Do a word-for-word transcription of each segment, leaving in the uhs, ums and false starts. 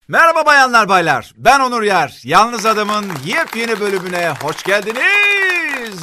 Merhaba bayanlar baylar, ben Onur Yer. Yalnız Adam'ın yepyeni bölümüne hoş geldiniz.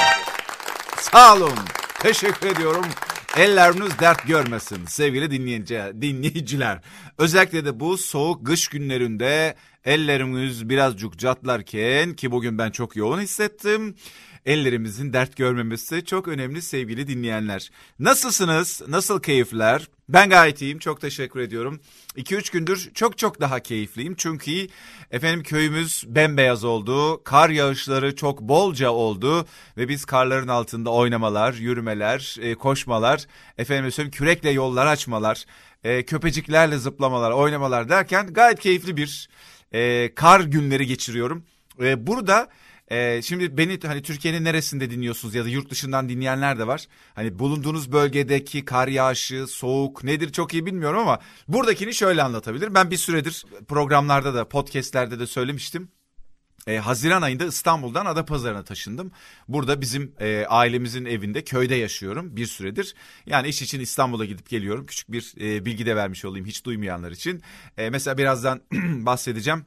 Sağ olun, teşekkür ediyorum. Elleriniz dert görmesin sevgili dinleyici, dinleyiciler. Özellikle de bu soğuk kış günlerinde ellerimiz birazcık çatlarken, ki bugün ben çok yoğun hissettim. Ellerimizin dert görmemesi çok önemli sevgili dinleyenler. Nasılsınız? Nasıl keyifler? Ben gayet iyiyim. Çok teşekkür ediyorum. iki üç gündür çok çok daha keyifliyim. Çünkü efendim köyümüz bembeyaz oldu. Kar yağışları çok bolca oldu. Ve biz karların altında oynamalar, yürümeler, koşmalar, efendim söyleyeyim kürekle yollar açmalar, köpeciklerle zıplamalar, oynamalar derken gayet keyifli bir e, kar günleri geçiriyorum. E, burada... Ee, şimdi beni hani Türkiye'nin neresinde dinliyorsunuz ya da yurt dışından dinleyenler de var. Hani bulunduğunuz bölgedeki kar yağışı, soğuk nedir çok iyi bilmiyorum ama buradakini şöyle anlatabilirim. Ben bir süredir programlarda da podcastlerde de söylemiştim. Ee, Haziran ayında İstanbul'dan Adapazarı'na taşındım. Burada bizim e, ailemizin evinde, köyde yaşıyorum bir süredir. Yani iş için İstanbul'a gidip geliyorum. Küçük bir e, bilgi de vermiş olayım hiç duymayanlar için. E, mesela birazdan bahsedeceğim.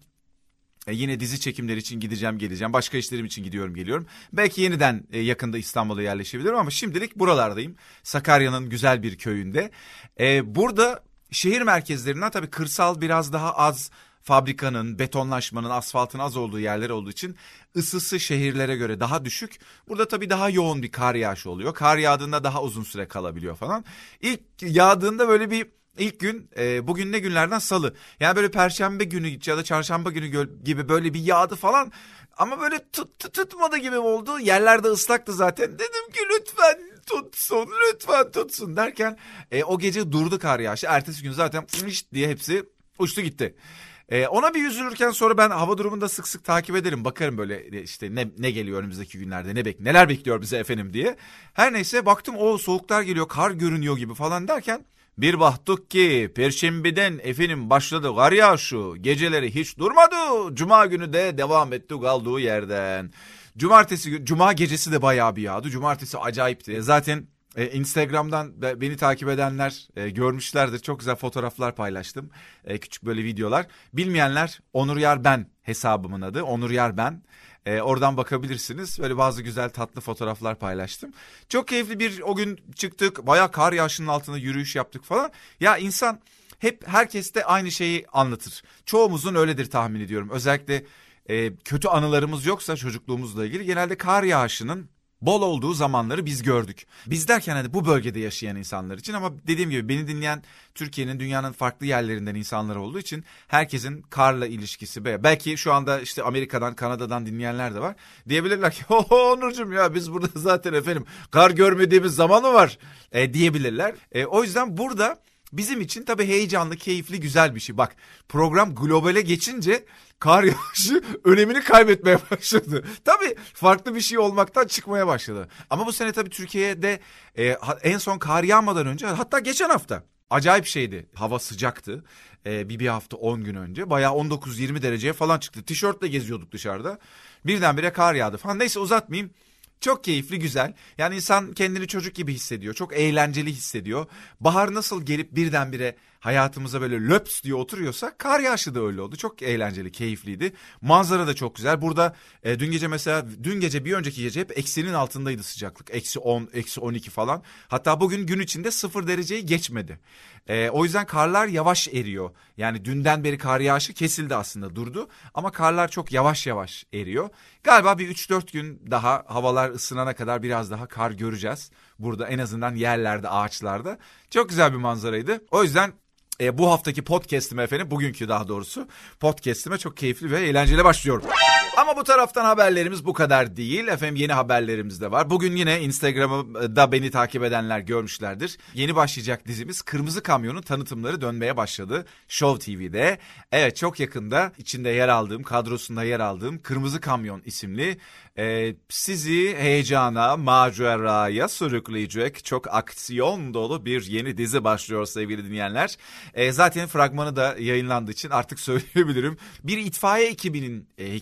E yine dizi çekimleri için gideceğim geleceğim. Başka işlerim için gidiyorum geliyorum. Belki yeniden e, yakında İstanbul'a yerleşebilirim ama şimdilik buralardayım. Sakarya'nın güzel bir köyünde. E, burada şehir merkezlerinden tabii kırsal biraz daha az fabrikanın, betonlaşmanın, asfaltın az olduğu yerler olduğu için ısısı şehirlere göre daha düşük. Burada tabii daha yoğun bir kar yağışı oluyor. Kar yağdığında daha uzun süre kalabiliyor falan. İlk yağdığında böyle bir... İlk gün e, bugün ne günlerden salı. Yani böyle perşembe günü ya da çarşamba günü gibi böyle bir yağdı falan. Ama böyle tut, tut, tutmadı gibi oldu. Yerlerde ıslaktı zaten. Dedim ki lütfen tutsun, lütfen tutsun derken e, o gece durdu kar yağışı. Ertesi gün zaten fışt diye hepsi uçtu gitti. Ee, ona bir üzülürken sonra ben hava durumunu da sık sık takip ederim. Bakarım böyle işte ne ne geliyor önümüzdeki günlerde, ne bek neler bekliyor bize efendim diye. Her neyse baktım o soğuklar geliyor, kar görünüyor gibi falan derken bir baktık ki Perşembeden efendim başladı kar yağışı. Geceleri hiç durmadı. Cuma günü de devam etti kaldığı yerden. Cumartesi gün, Cuma gecesi de bayağı bir yağdı. Cumartesi acayipti. Zaten Ee, Instagram'dan beni takip edenler e, görmüşlerdir. Çok güzel fotoğraflar paylaştım. E, küçük böyle videolar. Bilmeyenler Onur Yar Ben hesabımın adı. Onur Yar Ben. E, oradan bakabilirsiniz. Böyle bazı güzel tatlı fotoğraflar paylaştım. Çok keyifli bir o gün çıktık. Bayağı kar yağışının altında yürüyüş yaptık falan. Ya insan hep herkes de aynı şeyi anlatır. Çoğumuzun öyledir tahmin ediyorum. Özellikle e, kötü anılarımız yoksa çocukluğumuzla ilgili genelde kar yağışının bol olduğu zamanları biz gördük. Biz derken hani bu bölgede yaşayan insanlar için ama dediğim gibi beni dinleyen Türkiye'nin, dünyanın farklı yerlerinden insanlar olduğu için herkesin karla ilişkisi. Belki şu anda işte Amerika'dan, Kanada'dan dinleyenler de var. Diyebilirler ki oho Onurcuğum ya biz burada zaten efendim kar görmediğimiz zaman mı var e, diyebilirler. E, o yüzden burada bizim için tabii heyecanlı, keyifli, güzel bir şey. Bak program globale geçince kar yağışı önemini kaybetmeye başladı. Tabii farklı bir şey olmaktan çıkmaya başladı. Ama bu sene tabii Türkiye'de e, en son kar yağmadan önce, hatta geçen hafta acayip şeydi. Hava sıcaktı. E, bir, bir hafta on gün önce bayağı on dokuz yirmi dereceye falan çıktı. Tişörtle geziyorduk dışarıda. Birdenbire kar yağdı falan. Neyse uzatmayayım. Çok keyifli, güzel. Yani insan kendini çocuk gibi hissediyor. Çok eğlenceli hissediyor. Bahar nasıl gelip birdenbire hayatımıza böyle löps diye oturuyorsa kar yağışı da öyle oldu. Çok eğlenceli, keyifliydi. Manzara da çok güzel. Burada e, dün gece mesela dün gece bir önceki gece hep eksinin altındaydı sıcaklık. Eksi on, eksi on iki falan. Hatta bugün gün içinde sıfır dereceyi geçmedi. E, o yüzden karlar yavaş eriyor. Yani dünden beri kar yağışı kesildi aslında, durdu. Ama karlar çok yavaş yavaş eriyor. Galiba bir üç dört gün daha havalar ısınana kadar biraz daha kar göreceğiz. Burada en azından yerlerde, ağaçlarda. Çok güzel bir manzaraydı. O yüzden e, bu haftaki podcast'ime efendim, bugünkü daha doğrusu podcast'ime çok keyifli ve eğlenceli başlıyorum. Ama bu taraftan haberlerimiz bu kadar değil. Efendim yeni haberlerimiz de var. Bugün yine Instagram'da beni takip edenler görmüşlerdir. Yeni başlayacak dizimiz Kırmızı Kamyon'un tanıtımları dönmeye başladı Show T V'de. Evet, çok yakında içinde yer aldığım, kadrosunda yer aldığım Kırmızı Kamyon isimli e, sizi heyecana, maceraya sürükleyecek çok aksiyon dolu bir yeni dizi başlıyor sevgili dinleyenler. E, zaten fragmanı da yayınlandığı için artık söyleyebilirim. Bir itfaiye ekibinin e, hikayesi.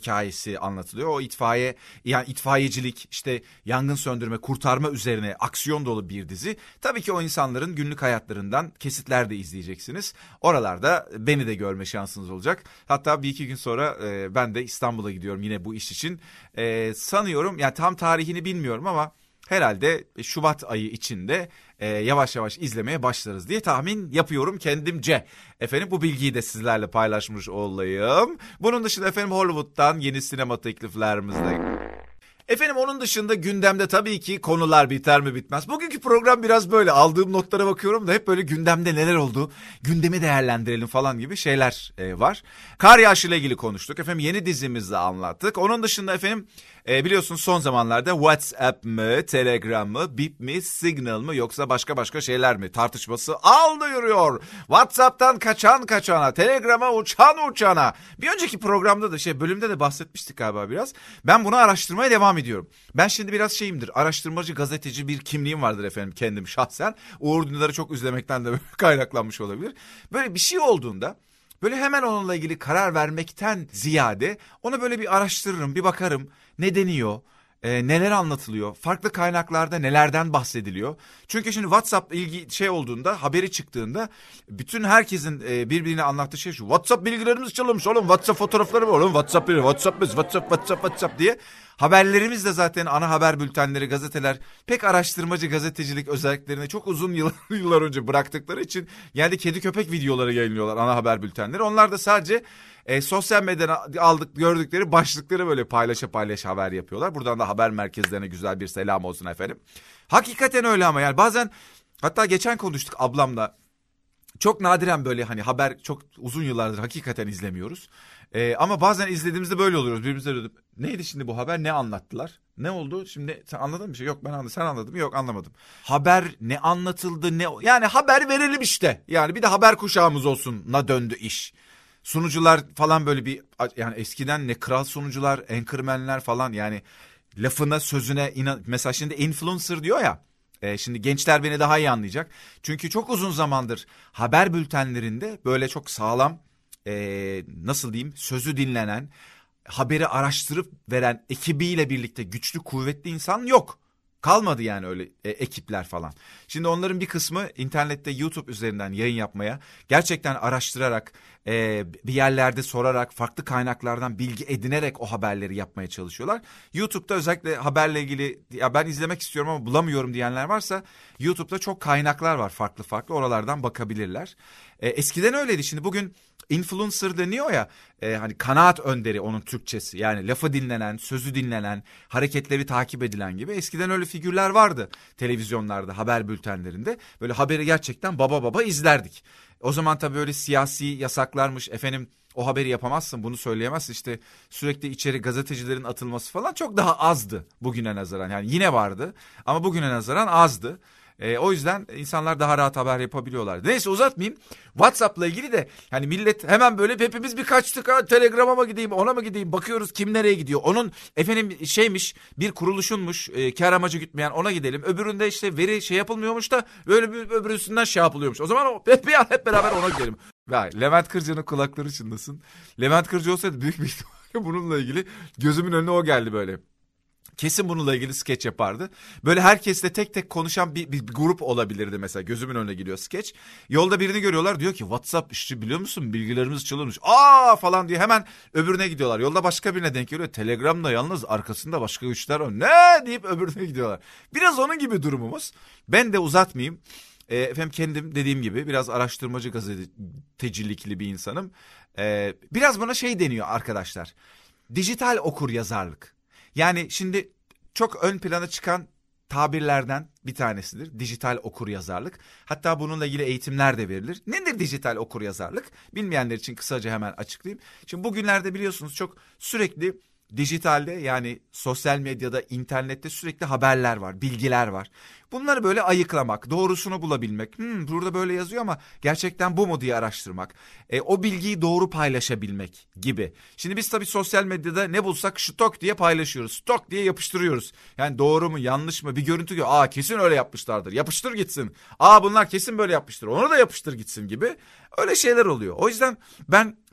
dizisi anlatılıyor. O itfaiye, yani itfaiyecilik, işte yangın söndürme, kurtarma üzerine aksiyon dolu bir dizi. Tabii ki o insanların günlük hayatlarından kesitler de izleyeceksiniz. Oralarda beni de görme şansınız olacak. Hatta bir iki gün sonra e, ben de İstanbul'a gidiyorum yine bu iş için. E, sanıyorum, yani tam tarihini bilmiyorum ama herhalde Şubat ayı içinde e, yavaş yavaş izlemeye başlarız diye tahmin yapıyorum kendimce. Efendim, bu bilgiyi de sizlerle paylaşmış olayım. Bunun dışında efendim Hollywood'dan yeni sinema tekliflerimiz de... Efendim, onun dışında gündemde tabii ki konular biter mi bitmez. Bugünkü program biraz böyle, aldığım notlara bakıyorum da hep böyle gündemde neler oldu, gündemi değerlendirelim falan gibi şeyler e, var. Kar yağışı ile ilgili konuştuk efendim, yeni dizimizi anlattık. Onun dışında efendim e, biliyorsunuz son zamanlarda WhatsApp mı, Telegram mı, Bip mi, Signal mı yoksa başka başka şeyler mi tartışması aldı yürüyor. WhatsApp'tan kaçan kaçana, Telegram'a uçan uçana. Bir önceki programda da şey bölümde de bahsetmiştik galiba biraz. Ben bunu araştırmaya devam ediyorum. Ben şimdi biraz şeyimdir, araştırmacı, gazeteci bir kimliğim vardır efendim kendim şahsen. Uğur Dündar'ı çok izlemekten de kaynaklanmış olabilir. Böyle bir şey olduğunda böyle hemen onunla ilgili karar vermekten ziyade onu böyle bir araştırırım, bir bakarım ne deniyor, e, neler anlatılıyor, farklı kaynaklarda nelerden bahsediliyor. Çünkü şimdi WhatsApp ilgi şey olduğunda, haberi çıktığında bütün herkesin e, birbirine anlattığı şey şu: WhatsApp bilgilerimiz çalınmış oğlum, WhatsApp fotoğrafları var oğlum, WhatsApp bilgi, WhatsApp biz, WhatsApp, WhatsApp, WhatsApp diye. Haberlerimiz de zaten ana haber bültenleri, gazeteler pek araştırmacı gazetecilik özelliklerini çok uzun yıllar, yıllar önce bıraktıkları için yani kedi köpek videoları yayınlıyorlar ana haber bültenleri. Onlar da sadece e, sosyal medyadan aldık gördükleri başlıkları böyle paylaşa paylaşa haber yapıyorlar. Buradan da haber merkezlerine güzel bir selam olsun efendim. Hakikaten öyle ama yani bazen, hatta geçen konuştuk ablamla. Çok nadiren böyle hani haber çok uzun yıllardır hakikaten izlemiyoruz. Ee, ama bazen izlediğimizde böyle oluyoruz. Birbirimize dönüp neydi şimdi bu haber, ne anlattılar? Ne oldu? Şimdi sen anladın mı bir şey? Yok ben anladım. Sen anladın mı? Yok anlamadım. Haber ne anlatıldı, ne yani haber verelim işte. Yani bir de haber kuşağımız olsun'a döndü iş. Sunucular falan böyle bir, yani eskiden ne kral sunucular, anchormanler falan, yani lafına sözüne inan. Mesela şimdi influencer diyor ya. E, şimdi gençler beni daha iyi anlayacak. Çünkü çok uzun zamandır haber bültenlerinde böyle çok sağlam, e, nasıl diyeyim, sözü dinlenen, haberi araştırıp veren ekibiyle birlikte güçlü, kuvvetli insan yok. Kalmadı yani öyle e, ekipler falan. Şimdi onların bir kısmı internette, YouTube üzerinden yayın yapmaya, gerçekten araştırarak, e, bir yerlerde sorarak, farklı kaynaklardan bilgi edinerek o haberleri yapmaya çalışıyorlar. YouTube'da özellikle haberle ilgili, ya ben izlemek istiyorum ama bulamıyorum diyenler varsa, YouTube'da çok kaynaklar var farklı farklı, oralardan bakabilirler. E, eskiden öyleydi, şimdi bugün influencer deniyor ya, e, hani kanaat önderi onun Türkçesi, yani lafı dinlenen, sözü dinlenen, hareketleri takip edilen gibi. Eskiden öyle figürler vardı televizyonlarda, haber bültenlerinde, böyle haberi gerçekten baba baba izlerdik. O zaman tabii böyle siyasi yasaklarmış efendim, o haberi yapamazsın, bunu söyleyemezsin, işte sürekli içeri gazetecilerin atılması falan çok daha azdı bugüne nazaran. Yani yine vardı ama bugüne nazaran azdı. E, o yüzden insanlar daha rahat haber yapabiliyorlar. Neyse, uzatmayayım. WhatsApp'la ilgili de hani millet hemen böyle hepimiz bir kaçtık, ha, Telegram'a mı gideyim, ona mı gideyim, bakıyoruz kim nereye gidiyor. Onun efendim şeymiş, bir kuruluşunmuş, e, kar amacı gütmeyen, ona gidelim. Öbüründe işte veri şey yapılmıyormuş da böyle bir öbürüsünden şey yapılıyormuş. O zaman o, hep, hep beraber ona gidelim. Vay, Levent Kırca'nın kulakları çınlasın. Levent Kırca olsaydı büyük bir ihtimalle bununla ilgili gözümün önüne o geldi böyle. Kesin bununla ilgili skeç yapardı. Böyle herkesle tek tek konuşan bir, bir, bir grup olabilirdi mesela. Gözümün önüne geliyor skeç. Yolda birini görüyorlar, diyor ki WhatsApp işte biliyor musun bilgilerimiz çalınmış. Aa falan diye hemen öbürüne gidiyorlar. Yolda başka birine denk geliyor. Telegram'da yalnız arkasında başka güçler var. Ne deyip öbürüne gidiyorlar. Biraz onun gibi durumumuz. Ben de uzatmayayım. E, efendim kendim dediğim gibi biraz araştırmacı gazetecilikli bir insanım. E, biraz buna şey deniyor arkadaşlar. Dijital okuryazarlık. Yani şimdi çok ön plana çıkan tabirlerden bir tanesidir dijital okuryazarlık. Hatta bununla ilgili eğitimler de verilir. Nedir dijital okuryazarlık? Bilmeyenler için kısaca hemen açıklayayım. Şimdi bugünlerde biliyorsunuz çok sürekli dijitalde, yani sosyal medyada, internette sürekli haberler var, bilgiler var. Bunları böyle ayıklamak, doğrusunu bulabilmek. Hmm, burada böyle yazıyor ama gerçekten bu mu diye araştırmak. E, o bilgiyi doğru paylaşabilmek gibi. Şimdi biz tabii sosyal medyada ne bulsak stok diye paylaşıyoruz. Stok diye yapıştırıyoruz. Yani doğru mu yanlış mı bir görüntü gör. Aa kesin öyle yapmışlardır. Yapıştır gitsin. Aa bunlar kesin böyle yapmıştır. Onu da yapıştır gitsin gibi. Öyle şeyler oluyor. O yüzden ben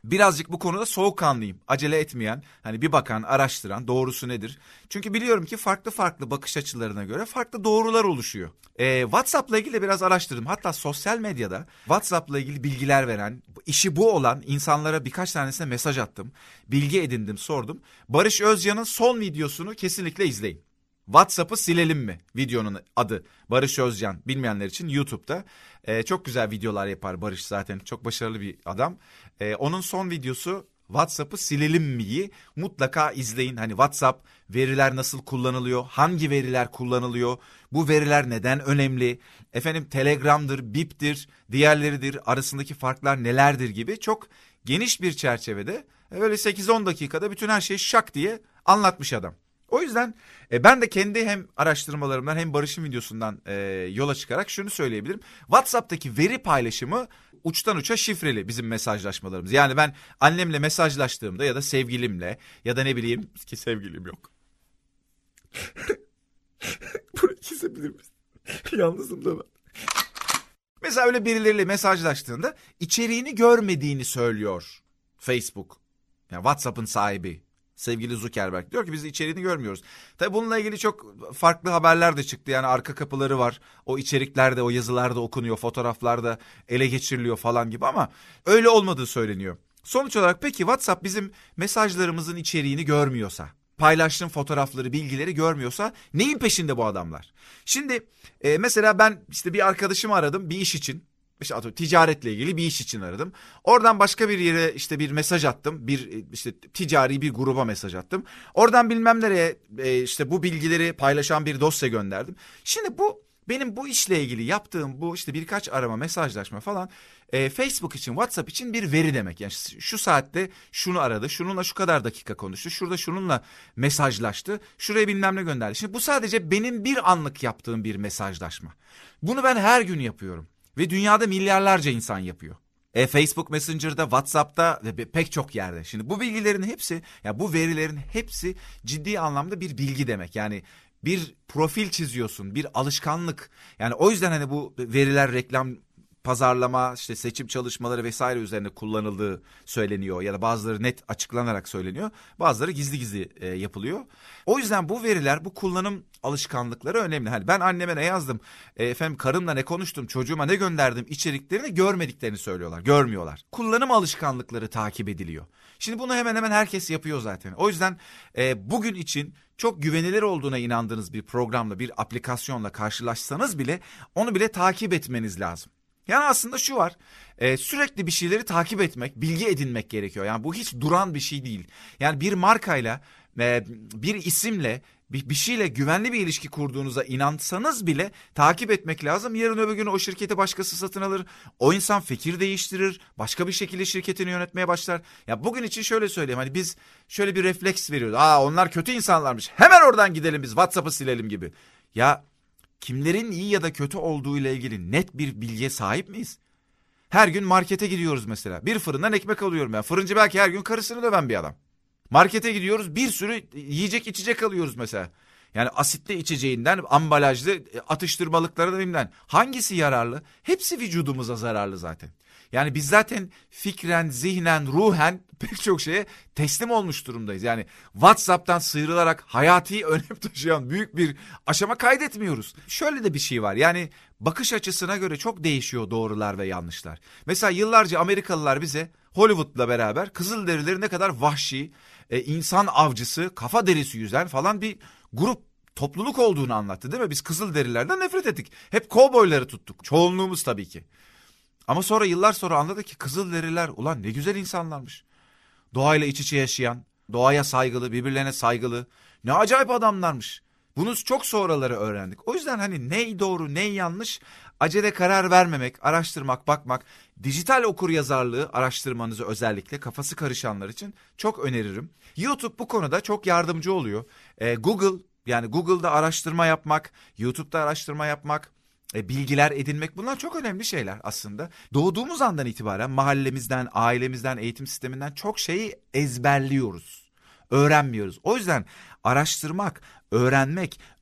birazcık bu konuda soğukkanlıyım. Acele etmeyen, hani bir bakan, araştıran, doğrusu nedir? Çünkü biliyorum ki farklı farklı bakış açılarına göre farklı doğrular oluşuyor. Ee, WhatsApp'la ilgili de biraz araştırdım. Hatta sosyal medyada WhatsApp'la ilgili bilgiler veren, işi bu olan insanlara birkaç tanesine mesaj attım. Bilgi edindim, sordum. Barış Özcan'ın son videosunu kesinlikle izleyin. WhatsApp'ı silelim mi? Videonun adı Barış Özcan. Bilmeyenler için YouTube'da ee, çok güzel videolar yapar Barış, zaten çok başarılı bir adam. Ee, onun son videosu WhatsApp'ı silelim mi'yi mutlaka izleyin. Hani WhatsApp, veriler nasıl kullanılıyor, hangi veriler kullanılıyor, bu veriler neden önemli, efendim Telegram'dır, Bip'tir, diğerleridir, arasındaki farklar nelerdir gibi çok geniş bir çerçevede böyle sekiz on dakikada bütün her şeyi şak diye anlatmış adam. O yüzden e, ben de kendi hem araştırmalarımdan hem Barış'ın videosundan e, yola çıkarak şunu söyleyebilirim. WhatsApp'taki veri paylaşımı uçtan uça şifreli bizim mesajlaşmalarımız. Yani ben annemle mesajlaştığımda ya da sevgilimle ya da ne bileyim ki sevgilim yok. Burayı kesebilir misin? Yalnızım da ben. Mesela öyle birileriyle mesajlaştığında içeriğini görmediğini söylüyor Facebook. Yani WhatsApp'ın sahibi. Sevgili Zuckerberg diyor ki biz içeriğini görmüyoruz. Tabii bununla ilgili çok farklı haberler de çıktı. Yani arka kapıları var. O içeriklerde, o yazılarda okunuyor, fotoğraflarda ele geçiriliyor falan gibi ama öyle olmadığı söyleniyor. Sonuç olarak peki WhatsApp bizim mesajlarımızın içeriğini görmüyorsa, paylaştığım fotoğrafları, bilgileri görmüyorsa neyin peşinde bu adamlar? Şimdi e, mesela ben işte bir arkadaşımı aradım bir iş için. İşte ticaretle ilgili bir iş için aradım. Oradan başka bir yere işte bir mesaj attım. Bir işte ticari bir gruba mesaj attım. Oradan bilmem nereye e, işte bu bilgileri paylaşan bir dosya gönderdim. Şimdi bu benim bu işle ilgili yaptığım bu işte birkaç arama, mesajlaşma falan e, Facebook için, WhatsApp için bir veri demek. Yani şu saatte şunu aradı, şununla şu kadar dakika konuştu, şurada şununla mesajlaştı, şuraya bilmem ne gönderdi. Şimdi bu sadece benim bir anlık yaptığım bir mesajlaşma. Bunu ben her gün yapıyorum. Ve dünyada milyarlarca insan yapıyor. E, Facebook Messenger'da, WhatsApp'ta ve pek çok yerde. Şimdi bu bilgilerin hepsi, ya yani bu verilerin hepsi ciddi anlamda bir bilgi demek. Yani bir profil çiziyorsun, bir alışkanlık. Yani o yüzden hani bu veriler reklam, pazarlama, işte seçim çalışmaları vesaire üzerine kullanıldığı söyleniyor ya da bazıları net açıklanarak söyleniyor. Bazıları gizli gizli e, yapılıyor. O yüzden bu veriler, bu kullanım alışkanlıkları önemli. Hani ben anneme ne yazdım, e, efendim karımla ne konuştum, çocuğuma ne gönderdim içeriklerini görmediklerini söylüyorlar, görmüyorlar. Kullanım alışkanlıkları takip ediliyor. Şimdi bunu hemen hemen herkes yapıyor zaten. O yüzden e, bugün için çok güvenilir olduğuna inandığınız bir programla, bir aplikasyonla karşılaşsanız bile onu bile takip etmeniz lazım. Yani aslında şu var, e, sürekli bir şeyleri takip etmek, bilgi edinmek gerekiyor. Yani bu hiç duran bir şey değil. Yani bir markayla, e, bir isimle, bir, bir şeyle güvenli bir ilişki kurduğunuza inansanız bile takip etmek lazım. Yarın öbür gün o şirketi başkası satın alır, o insan fikir değiştirir, başka bir şekilde şirketini yönetmeye başlar. Ya bugün için şöyle söyleyeyim, hani biz şöyle bir refleks veriyoruz. Aa onlar kötü insanlarmış, hemen oradan gidelim biz, WhatsApp'ı silelim gibi. Ya kimlerin iyi ya da kötü olduğu ile ilgili net bir bilgiye sahip miyiz? Her gün markete gidiyoruz mesela. Bir fırından ekmek alıyorum ben. Fırıncı belki her gün karısını döven bir adam. Markete gidiyoruz, bir sürü yiyecek içecek alıyoruz mesela. Yani asitli içeceğinden, ambalajlı atıştırmalıklarından hangisi yararlı? Hepsi vücudumuza zararlı zaten. Yani biz zaten fikren, zihnen, ruhen pek çok şeye teslim olmuş durumdayız. Yani WhatsApp'tan sıyrılarak hayati önem taşıyan büyük bir aşama kaydetmiyoruz. Şöyle de bir şey var, yani bakış açısına göre çok değişiyor doğrular ve yanlışlar. Mesela yıllarca Amerikalılar bize Hollywood'la beraber Kızılderilileri ne kadar vahşi, e, insan avcısı, kafa derisi yüzen falan bir grup, topluluk olduğunu anlattı değil mi? Biz Kızılderililerden nefret ettik. Hep kovboyları tuttuk. Çoğunluğumuz tabii ki. Ama sonra yıllar sonra anladık ki Kızılderililer ulan ne güzel insanlarmış. Doğayla iç içe yaşayan, doğaya saygılı, birbirlerine saygılı. Ne acayip adamlarmış. Bunu çok sonraları öğrendik. O yüzden hani ney doğru, ney yanlış acele karar vermemek, araştırmak, bakmak. Dijital okuryazarlığı araştırmanızı özellikle kafası karışanlar için çok öneririm. YouTube bu konuda çok yardımcı oluyor. Ee, Google, yani Google'da araştırma yapmak, YouTube'da araştırma yapmak, e, bilgiler edinmek, bunlar çok önemli şeyler aslında. Doğduğumuz andan itibaren mahallemizden, ailemizden, eğitim sisteminden çok şeyi ezberliyoruz. Öğrenmiyoruz. O yüzden araştırmak, öğrenmek,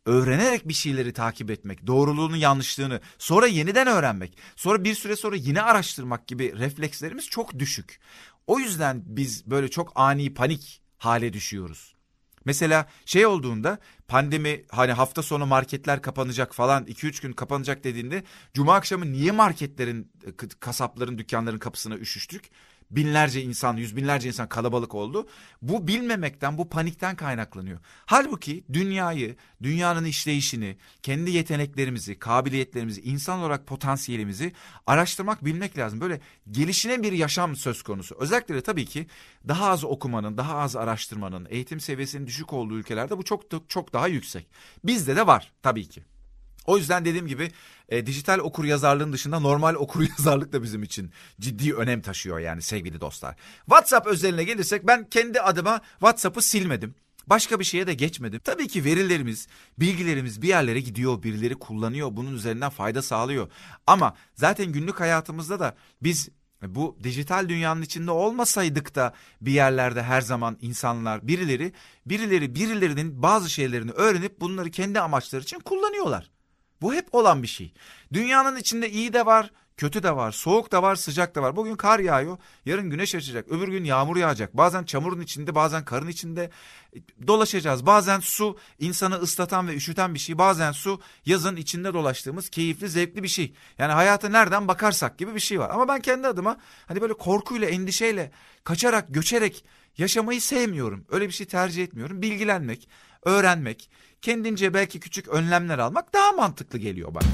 öğrenerek bir şeyleri takip etmek, doğruluğunu yanlışlığını sonra yeniden öğrenmek, sonra bir süre sonra yine araştırmak gibi reflekslerimiz çok düşük. O yüzden biz böyle çok ani panik hale düşüyoruz. Mesela şey olduğunda pandemi hani hafta sonu marketler kapanacak falan iki üç gün kapanacak dediğinde cuma akşamı niye marketlerin, kasapların, dükkanların kapısına üşüştük? Binlerce insan, yüz binlerce insan kalabalık oldu. Bu bilmemekten, bu panikten kaynaklanıyor. Halbuki dünyayı, dünyanın işleyişini, kendi yeteneklerimizi, kabiliyetlerimizi, insan olarak potansiyelimizi araştırmak, bilmek lazım. Böyle gelişine bir yaşam söz konusu. Özellikle de tabii ki daha az okumanın, daha az araştırmanın, eğitim seviyesinin düşük olduğu ülkelerde bu çok çok daha yüksek. Bizde de var tabii ki. O yüzden dediğim gibi e, dijital okuryazarlığın dışında normal okuryazarlık da bizim için ciddi önem taşıyor yani sevgili dostlar. WhatsApp özeline gelirsek ben kendi adıma WhatsApp'ı silmedim. Başka bir şeye de geçmedim. Tabii ki verilerimiz, bilgilerimiz bir yerlere gidiyor, birileri kullanıyor, bunun üzerinden fayda sağlıyor. Ama zaten günlük hayatımızda da biz bu dijital dünyanın içinde olmasaydık da bir yerlerde her zaman insanlar, birileri, birileri, birilerinin bazı şeylerini öğrenip bunları kendi amaçları için kullanıyorlar. Bu hep olan bir şey. Dünyanın içinde iyi de var, kötü de var, soğuk da var, sıcak da var. Bugün kar yağıyor, yarın güneş açacak, öbür gün yağmur yağacak. Bazen çamurun içinde, bazen karın içinde dolaşacağız. Bazen su insanı ıslatan ve üşüten bir şey. Bazen su yazın içinde dolaştığımız keyifli, zevkli bir şey. Yani hayata nereden bakarsak gibi bir şey var. Ama ben kendi adıma hani böyle korkuyla, endişeyle, kaçarak, göçerek yaşamayı sevmiyorum. Öyle bir şey tercih etmiyorum. Bilgilenmek, öğrenmek, kendince belki küçük önlemler almak daha mantıklı geliyor bana.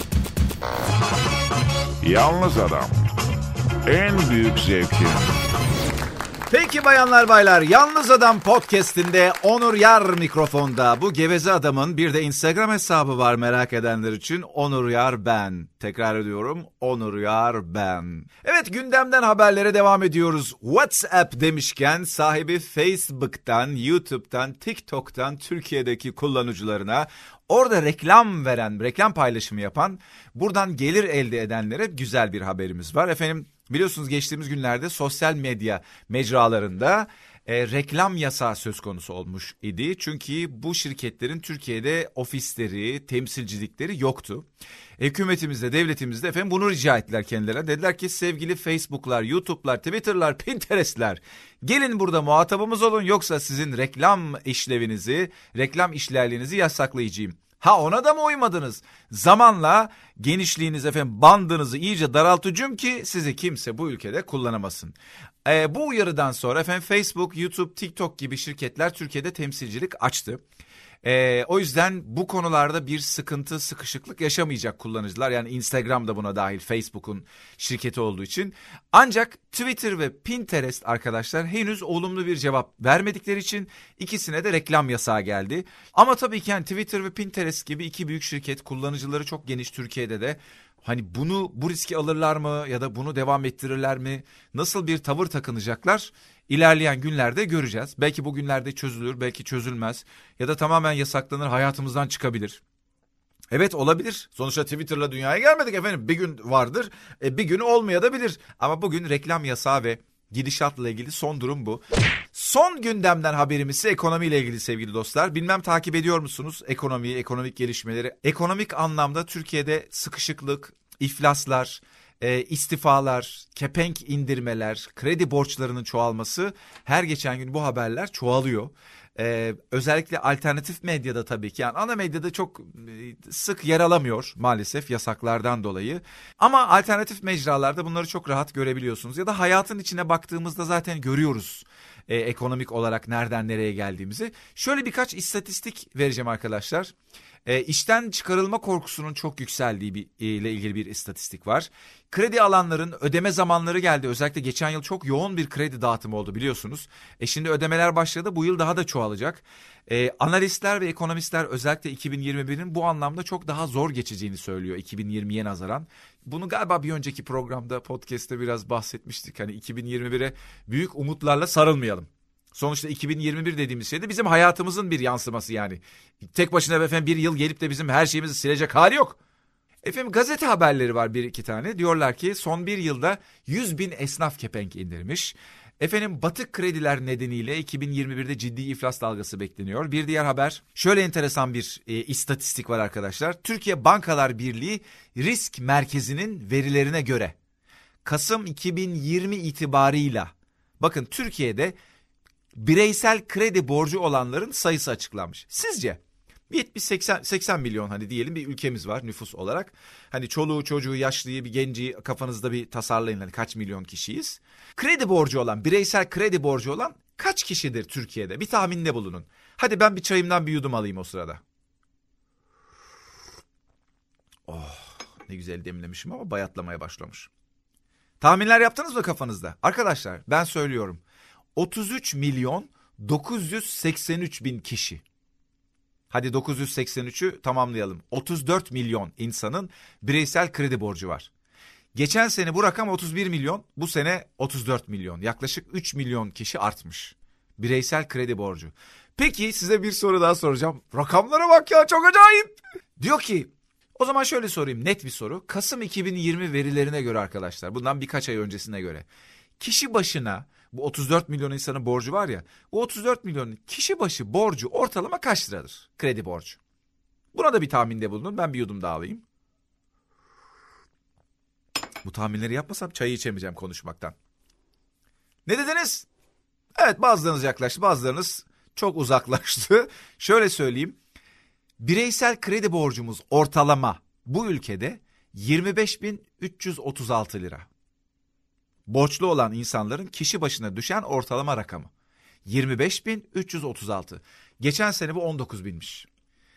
Yalnız Adam. En büyük zevkin. Peki bayanlar baylar, Yalnız Adam podcast'inde Onur Yar mikrofonda. Bu geveze adamın bir de Instagram hesabı var merak edenler için. Onur Yar ben. Tekrar ediyorum, Onur Yar ben. Evet, gündemden haberlere devam ediyoruz. WhatsApp demişken sahibi Facebook'tan, YouTube'dan, TikTok'tan Türkiye'deki kullanıcılarına, orada reklam veren, reklam paylaşımı yapan, buradan gelir elde edenlere güzel bir haberimiz var. Efendim, biliyorsunuz geçtiğimiz günlerde sosyal medya mecralarında e, reklam yasağı söz konusu olmuş idi. Çünkü bu şirketlerin Türkiye'de ofisleri, temsilcilikleri yoktu. Hükümetimizde, devletimizde efendim bunu rica ettiler kendilerine. Dediler ki sevgili Facebook'lar, YouTube'lar, Twitter'lar, Pinterest'ler, gelin burada muhatabımız olun, yoksa sizin reklam işlevinizi, reklam işlerliğinizi yasaklayacağım. Ha, ona da mı uymadınız? Zamanla genişliğiniz, efendim bandınızı iyice daraltacağım ki sizi kimse bu ülkede kullanamasın. Ee, bu uyarıdan sonra efendim Facebook, YouTube, TikTok gibi şirketler Türkiye'de temsilcilik açtı. Ee, o yüzden bu konularda bir sıkıntı, sıkışıklık yaşamayacak kullanıcılar. Yani Instagram da buna dahil, Facebook'un şirketi olduğu için. Ancak Twitter ve Pinterest arkadaşlar henüz olumlu bir cevap vermedikleri için ikisine de reklam yasağı geldi. Ama tabii ki yani Twitter ve Pinterest gibi iki büyük şirket, kullanıcıları çok geniş Türkiye'de de. Hani bunu, bu riski alırlar mı ya da bunu devam ettirirler mi? Nasıl bir tavır takınacaklar? İlerleyen günlerde göreceğiz. Belki bu günlerde çözülür, belki çözülmez. Ya da tamamen yasaklanır, hayatımızdan çıkabilir. Evet, olabilir. Sonuçta Twitter'la dünyaya gelmedik efendim. Bir gün vardır, e, bir gün olmayabilir. Ama bugün reklam yasağı ve gidişatla ilgili son durum bu. Son gündemden haberimiz ise ekonomiyle ilgili sevgili dostlar. Bilmem takip ediyor musunuz ekonomiyi, ekonomik gelişmeleri? Ekonomik anlamda Türkiye'de sıkışıklık, iflaslar, e, istifalar, kepenk indirmeler, kredi borçlarının çoğalması, her geçen gün bu haberler çoğalıyor. Ee, özellikle alternatif medyada tabii ki, yani ana medyada çok e, sık yer alamıyor maalesef yasaklardan dolayı. Ama alternatif mecralarda bunları çok rahat görebiliyorsunuz. Ya da hayatın içine baktığımızda zaten görüyoruz e, ekonomik olarak nereden nereye geldiğimizi. Şöyle birkaç istatistik vereceğim arkadaşlar. E, işten çıkarılma korkusunun çok yükseldiği bir, ile ilgili bir istatistik var. Kredi alanların ödeme zamanları geldi. Özellikle geçen yıl çok yoğun bir kredi dağıtımı oldu biliyorsunuz. E şimdi ödemeler başladı. Bu yıl daha da çoğalacak. E, analistler ve ekonomistler özellikle iki bin yirmi birin bu anlamda çok daha zor geçeceğini söylüyor iki bin yirmiye nazaran. Bunu galiba bir önceki programda, podcast'te biraz bahsetmiştik. Hani iki bin yirmi bire büyük umutlarla sarılmayalım. Sonuçta iki bin yirmi bir dediğimiz şey de bizim hayatımızın bir yansıması yani. Tek başına efendim bir yıl gelip de bizim her şeyimizi silecek hali yok. Efendim gazete haberleri var bir iki tane. Diyorlar ki son bir yılda yüz bin esnaf kepenk indirmiş. Efendim batık krediler nedeniyle iki bin yirmi birde ciddi iflas dalgası bekleniyor. Bir diğer haber, şöyle enteresan bir e, istatistik var arkadaşlar. Türkiye Bankalar Birliği Risk Merkezi'nin verilerine göre Kasım iki bin yirmi itibarıyla bakın Türkiye'de bireysel kredi borcu olanların sayısı açıklanmış. Sizce yetmiş seksen milyon hani diyelim bir ülkemiz var nüfus olarak. Hani çoluğu çocuğu yaşlıyı bir genci kafanızda bir tasarlayın hani kaç milyon kişiyiz. Kredi borcu olan bireysel kredi borcu olan kaç kişidir Türkiye'de? Bir tahminde bulunun. Hadi ben bir çayımdan bir yudum alayım o sırada. Oh ne güzel demlemişim ama bayatlamaya başlamış. Tahminler yaptınız mı kafanızda? Arkadaşlar ben söylüyorum. otuz üç milyon dokuz yüz seksen üç bin kişi. Hadi dokuz yüz seksen üçü tamamlayalım. otuz dört milyon insanın bireysel kredi borcu var. Geçen sene bu rakam otuz bir milyon, bu sene otuz dört milyon. Yaklaşık üç milyon kişi artmış. Bireysel kredi borcu. Peki size bir soru daha soracağım. Rakamlara bak ya, çok acayip. Diyor ki, o zaman şöyle sorayım, net bir soru. Kasım iki bin yirmi verilerine göre arkadaşlar, bundan birkaç ay öncesine göre. Kişi başına, bu otuz dört milyon insanın borcu var ya, bu otuz dört milyonun kişi başı borcu ortalama kaç liradır? Kredi borcu. Buna da bir tahminde bulunun, ben bir yudum daha alayım. Bu tahminleri yapmasam çayı içemeyeceğim konuşmaktan. Ne dediniz? Evet, bazılarınız yaklaştı, bazılarınız çok uzaklaştı. Şöyle söyleyeyim. Bireysel kredi borcumuz ortalama bu ülkede yirmi beş bin üç yüz otuz altı lira. Borçlu olan insanların kişi başına düşen ortalama rakamı. yirmi beş bin üç yüz otuz altı. Geçen sene bu on dokuz binmiş.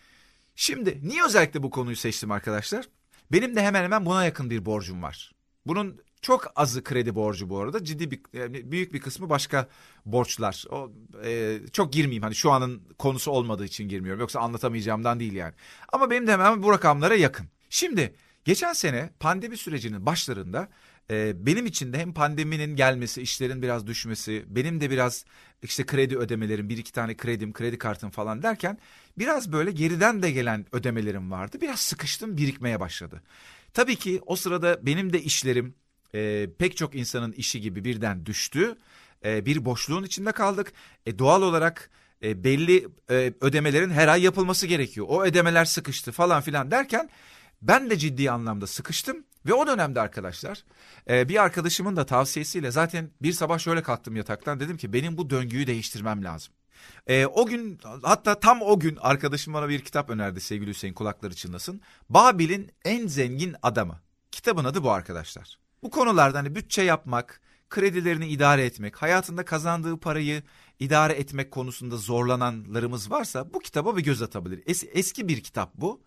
Şimdi niye özellikle bu konuyu seçtim arkadaşlar? Benim de hemen hemen buna yakın bir borcum var. Bunun çok azı kredi borcu bu arada. Ciddi bir, yani büyük bir kısmı başka borçlar. O e, çok girmeyeyim, hani şu anın konusu olmadığı için girmiyorum. Yoksa anlatamayacağımdan değil yani. Ama benim de hemen bu rakamlara yakın. Şimdi geçen sene pandemi sürecinin başlarında e, benim için de hem pandeminin gelmesi, işlerin biraz düşmesi, benim de biraz işte kredi ödemelerim, bir iki tane kredim, kredi kartım falan derken biraz böyle geriden de gelen ödemelerim vardı. Biraz sıkıştım, birikmeye başladı. Tabii ki o sırada benim de işlerim e, pek çok insanın işi gibi birden düştü. E, bir boşluğun içinde kaldık. E, doğal olarak e, belli e, ödemelerin her ay yapılması gerekiyor. O ödemeler sıkıştı falan filan derken ben de ciddi anlamda sıkıştım. Ve o dönemde arkadaşlar e, bir arkadaşımın da tavsiyesiyle zaten bir sabah şöyle kalktım yataktan, dedim ki benim bu döngüyü değiştirmem lazım. E, o gün, hatta tam o gün arkadaşım bana bir kitap önerdi, sevgili Hüseyin, kulakları çınlasın. Babil'in en zengin adamı. Kitabın adı bu arkadaşlar. Bu konularda hani bütçe yapmak, kredilerini idare etmek, hayatında kazandığı parayı idare etmek konusunda zorlananlarımız varsa bu kitaba bir göz atabilir. Es, eski bir kitap bu.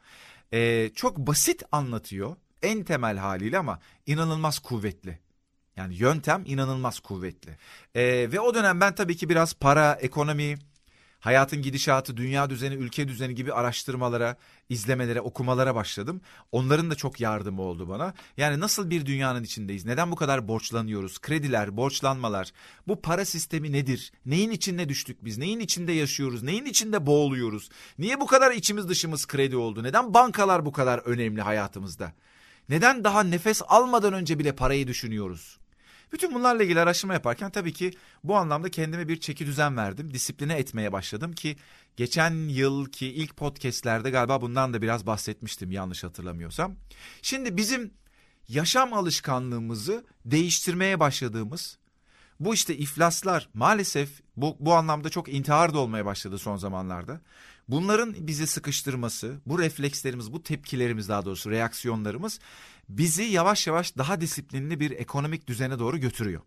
E, çok basit anlatıyor en temel haliyle ama inanılmaz kuvvetli. Yani yöntem inanılmaz kuvvetli. Ee, ve o dönem ben tabii ki biraz para, ekonomi, hayatın gidişatı, dünya düzeni, ülke düzeni gibi araştırmalara, izlemelere, okumalara başladım. Onların da çok yardımı oldu bana. Yani nasıl bir dünyanın içindeyiz? Neden bu kadar borçlanıyoruz? Krediler, borçlanmalar, bu para sistemi nedir? Neyin içine düştük biz? Neyin içinde yaşıyoruz? Neyin içinde boğuluyoruz? Niye bu kadar içimiz dışımız kredi oldu? Neden bankalar bu kadar önemli hayatımızda? Neden daha nefes almadan önce bile parayı düşünüyoruz? Bütün bunlarla ilgili araştırma yaparken tabii ki bu anlamda kendime bir çeki düzen verdim. Disipline etmeye başladım ki geçen yılki ilk podcastlerde galiba bundan da biraz bahsetmiştim yanlış hatırlamıyorsam. Şimdi bizim yaşam alışkanlığımızı değiştirmeye başladığımız bu işte iflaslar maalesef bu, bu anlamda çok intihar da olmaya başladı son zamanlarda. Bunların bizi sıkıştırması, bu reflekslerimiz, bu tepkilerimiz, daha doğrusu reaksiyonlarımız bizi yavaş yavaş daha disiplinli bir ekonomik düzene doğru götürüyor.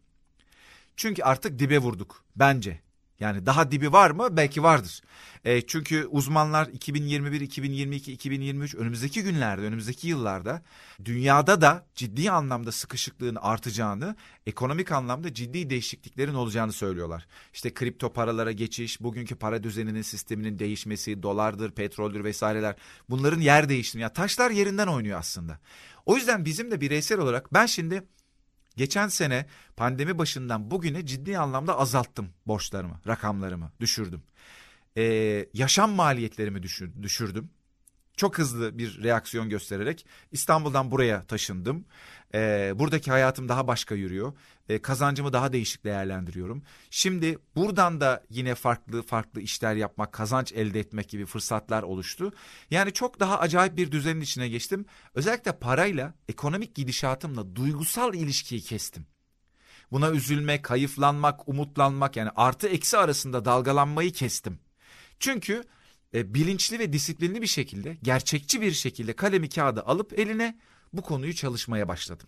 Çünkü artık dibe vurduk bence. Yani daha dibi var mı? Belki vardır. E, çünkü uzmanlar iki bin yirmi bir, iki bin yirmi iki, iki bin yirmi üç önümüzdeki günlerde, önümüzdeki yıllarda dünyada da ciddi anlamda sıkışıklığın artacağını, ekonomik anlamda ciddi değişikliklerin olacağını söylüyorlar. İşte kripto paralara geçiş, bugünkü para düzeninin, sisteminin değişmesi, dolardır, petroldür vesaireler, bunların yer değiştirmesi. Yani taşlar yerinden oynuyor aslında. O yüzden bizim de bireysel olarak ben şimdi geçen sene pandemi başından bugüne ciddi anlamda azalttım borçlarımı, rakamlarımı düşürdüm. Ee, yaşam maliyetlerimi düşür, düşürdüm. Çok hızlı bir reaksiyon göstererek İstanbul'dan buraya taşındım. Ee, buradaki hayatım daha başka yürüyor. Ee, kazancımı daha değişik değerlendiriyorum. Şimdi buradan da yine farklı farklı işler yapmak, kazanç elde etmek gibi fırsatlar oluştu. Yani çok daha acayip bir düzenin içine geçtim. Özellikle parayla, ekonomik gidişatımla duygusal ilişkiyi kestim. Buna üzülmek, hayıflanmak, umutlanmak, yani artı eksi arasında dalgalanmayı kestim. Çünkü e, bilinçli ve disiplinli bir şekilde, gerçekçi bir şekilde kalemi kağıdı alıp eline bu konuyu çalışmaya başladım.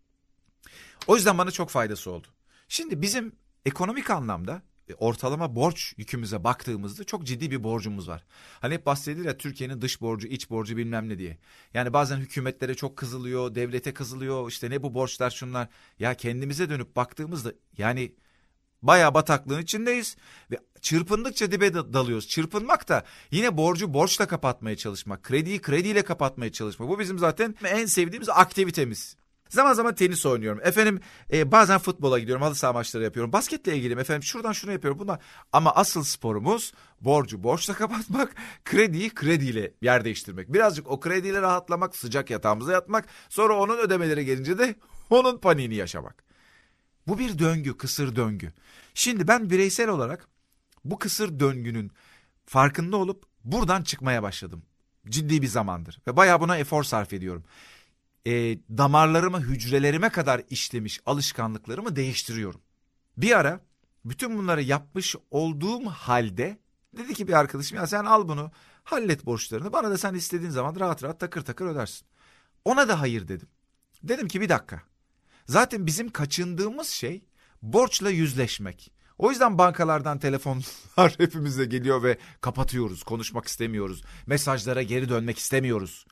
O yüzden bana çok faydası oldu. Şimdi bizim ekonomik anlamda e, ortalama borç yükümüze baktığımızda çok ciddi bir borcumuz var. Hani hep bahsedilir ya, Türkiye'nin dış borcu, iç borcu bilmem ne diye. Yani bazen hükümetlere çok kızılıyor, devlete kızılıyor, işte ne bu borçlar şunlar. Ya kendimize dönüp baktığımızda yani bayağı bataklığın içindeyiz ve çırpındıkça dibe dalıyoruz. Çırpınmak da yine borcu borçla kapatmaya çalışmak, krediyi krediyle kapatmaya çalışmak. Bu bizim zaten en sevdiğimiz aktivitemiz. Zaman zaman tenis oynuyorum. Efendim e, bazen futbola gidiyorum, halı saha maçları yapıyorum. Basketle ilgiliyim efendim, şuradan şunu yapıyorum bundan. Ama asıl sporumuz borcu borçla kapatmak, krediyi krediyle yer değiştirmek. Birazcık o krediyle rahatlamak, sıcak yatağımıza yatmak, sonra onun ödemeleri gelince de onun paniğini yaşamak. Bu bir döngü, kısır döngü. Şimdi ben bireysel olarak bu kısır döngünün farkında olup buradan çıkmaya başladım. Ciddi bir zamandır ve bayağı buna efor sarf ediyorum. E, damarlarımı, hücrelerime kadar işlemiş alışkanlıklarımı değiştiriyorum. Bir ara bütün bunları yapmış olduğum halde dedi ki bir arkadaşım, ya sen al bunu, hallet borçlarını, bana da sen istediğin zaman rahat rahat takır takır ödersin. Ona da hayır dedim. Dedim ki bir dakika. Zaten bizim kaçındığımız şey borçla yüzleşmek. O yüzden bankalardan telefonlar hepimize geliyor ve kapatıyoruz, konuşmak istemiyoruz. Mesajlara geri dönmek istemiyoruz.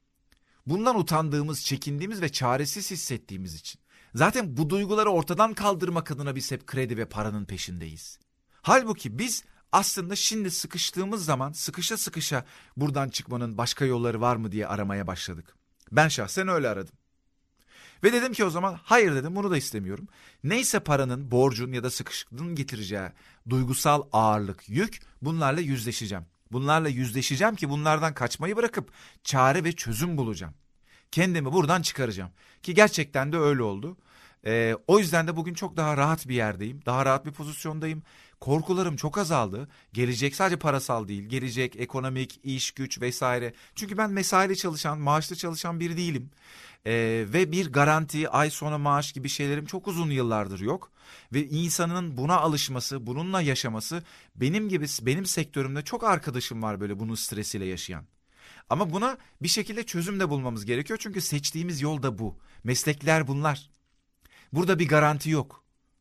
Bundan utandığımız, çekindiğimiz ve çaresiz hissettiğimiz için. Zaten bu duyguları ortadan kaldırmak adına biz hep kredi ve paranın peşindeyiz. Halbuki biz aslında şimdi sıkıştığımız zaman sıkışa sıkışa buradan çıkmanın başka yolları var mı diye aramaya başladık. Ben şahsen öyle aradım. Ve dedim ki o zaman hayır dedim, bunu da istemiyorum. Neyse paranın, borcun ya da sıkışıklığın getireceği duygusal ağırlık, yük, bunlarla yüzleşeceğim. Bunlarla yüzleşeceğim ki bunlardan kaçmayı bırakıp çare ve çözüm bulacağım. Kendimi buradan çıkaracağım. Ki gerçekten de öyle oldu. Ee, o yüzden de bugün çok daha rahat bir yerdeyim. Daha rahat bir pozisyondayım. Korkularım çok azaldı. Gelecek sadece parasal değil. Gelecek, ekonomik, iş, güç vesaire. Çünkü ben mesaili çalışan, maaşlı çalışan biri değilim. Ee, ve bir garanti, ay sonu maaş gibi şeylerim çok uzun yıllardır yok. Ve insanın buna alışması, bununla yaşaması, benim gibi, benim sektörümde çok arkadaşım var böyle bunun stresiyle yaşayan. Ama buna bir şekilde çözüm de bulmamız gerekiyor. Çünkü seçtiğimiz yol da bu. Meslekler bunlar. Burada bir garanti yok.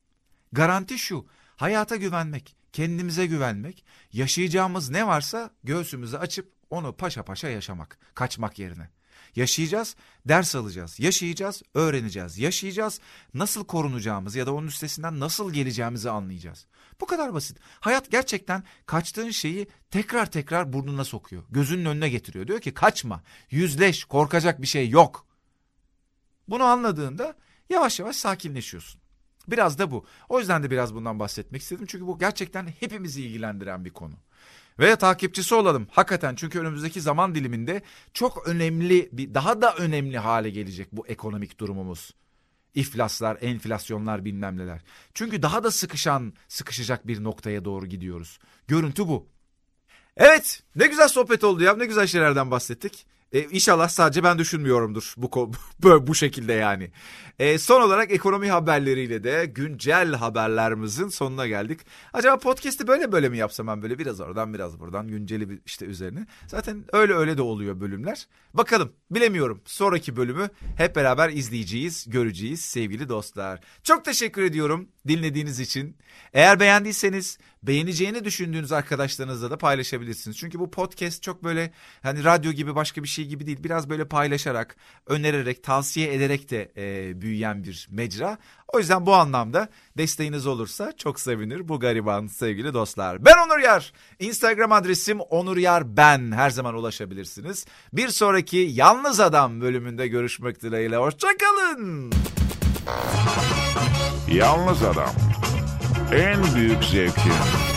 Garanti şu: hayata güvenmek, kendimize güvenmek, yaşayacağımız ne varsa göğsümüzü açıp onu paşa paşa yaşamak, kaçmak yerine. Yaşayacağız, ders alacağız, yaşayacağız, öğreneceğiz, yaşayacağız, nasıl korunacağımızı ya da onun üstesinden nasıl geleceğimizi anlayacağız. Bu kadar basit. Hayat gerçekten kaçtığın şeyi tekrar tekrar burnuna sokuyor, gözünün önüne getiriyor. Diyor ki kaçma, yüzleş, korkacak bir şey yok. Bunu anladığında yavaş yavaş sakinleşiyorsun. Biraz da bu. O yüzden de biraz bundan bahsetmek istedim. Çünkü bu gerçekten hepimizi ilgilendiren bir konu. Ve takipçisi olalım. Hakikaten, çünkü önümüzdeki zaman diliminde çok önemli, bir daha da önemli hale gelecek bu ekonomik durumumuz. İflaslar, enflasyonlar, bilmem neler. Çünkü daha da sıkışan, sıkışacak bir noktaya doğru gidiyoruz. Görüntü bu. Evet, ne güzel sohbet oldu ya. Ne güzel şeylerden bahsettik. E, İnşallah sadece ben düşünmüyorumdur bu bu şekilde yani. E, son olarak ekonomi haberleriyle de güncel haberlerimizin sonuna geldik. Acaba podcast'i böyle böyle mi yapsam, ben böyle biraz oradan biraz buradan günceli bir işte üzerine. Zaten öyle öyle de oluyor bölümler. Bakalım, bilemiyorum. Sonraki bölümü hep beraber izleyeceğiz, göreceğiz sevgili dostlar. Çok teşekkür ediyorum dinlediğiniz için. Eğer beğendiyseniz beğeneceğini düşündüğünüz arkadaşlarınızla da paylaşabilirsiniz. Çünkü bu podcast çok böyle hani radyo gibi, başka bir şey gibi değil. Biraz böyle paylaşarak, önererek, tavsiye ederek de e, büyüyen bir mecra. O yüzden bu anlamda desteğiniz olursa çok sevinir bu gariban sevgili dostlar. Ben Onur Yar. Instagram adresim Onur Yar Ben. Her zaman ulaşabilirsiniz. Bir sonraki Yalnız Adam bölümünde görüşmek dileğiyle. Hoşçakalın. Yalnız Adam. En büyük zevkin.